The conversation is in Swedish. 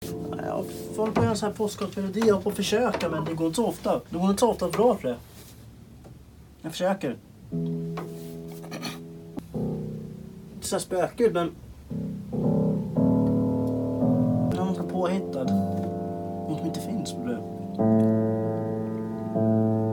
Jag får på en sån här postkortsmelodi. Jag får försöka, men det går inte så ofta. Det går inte så ofta bra för det. Jag försöker. Inte så här spökigt, men... Jag är ganska påhittad. Något som inte finns på det.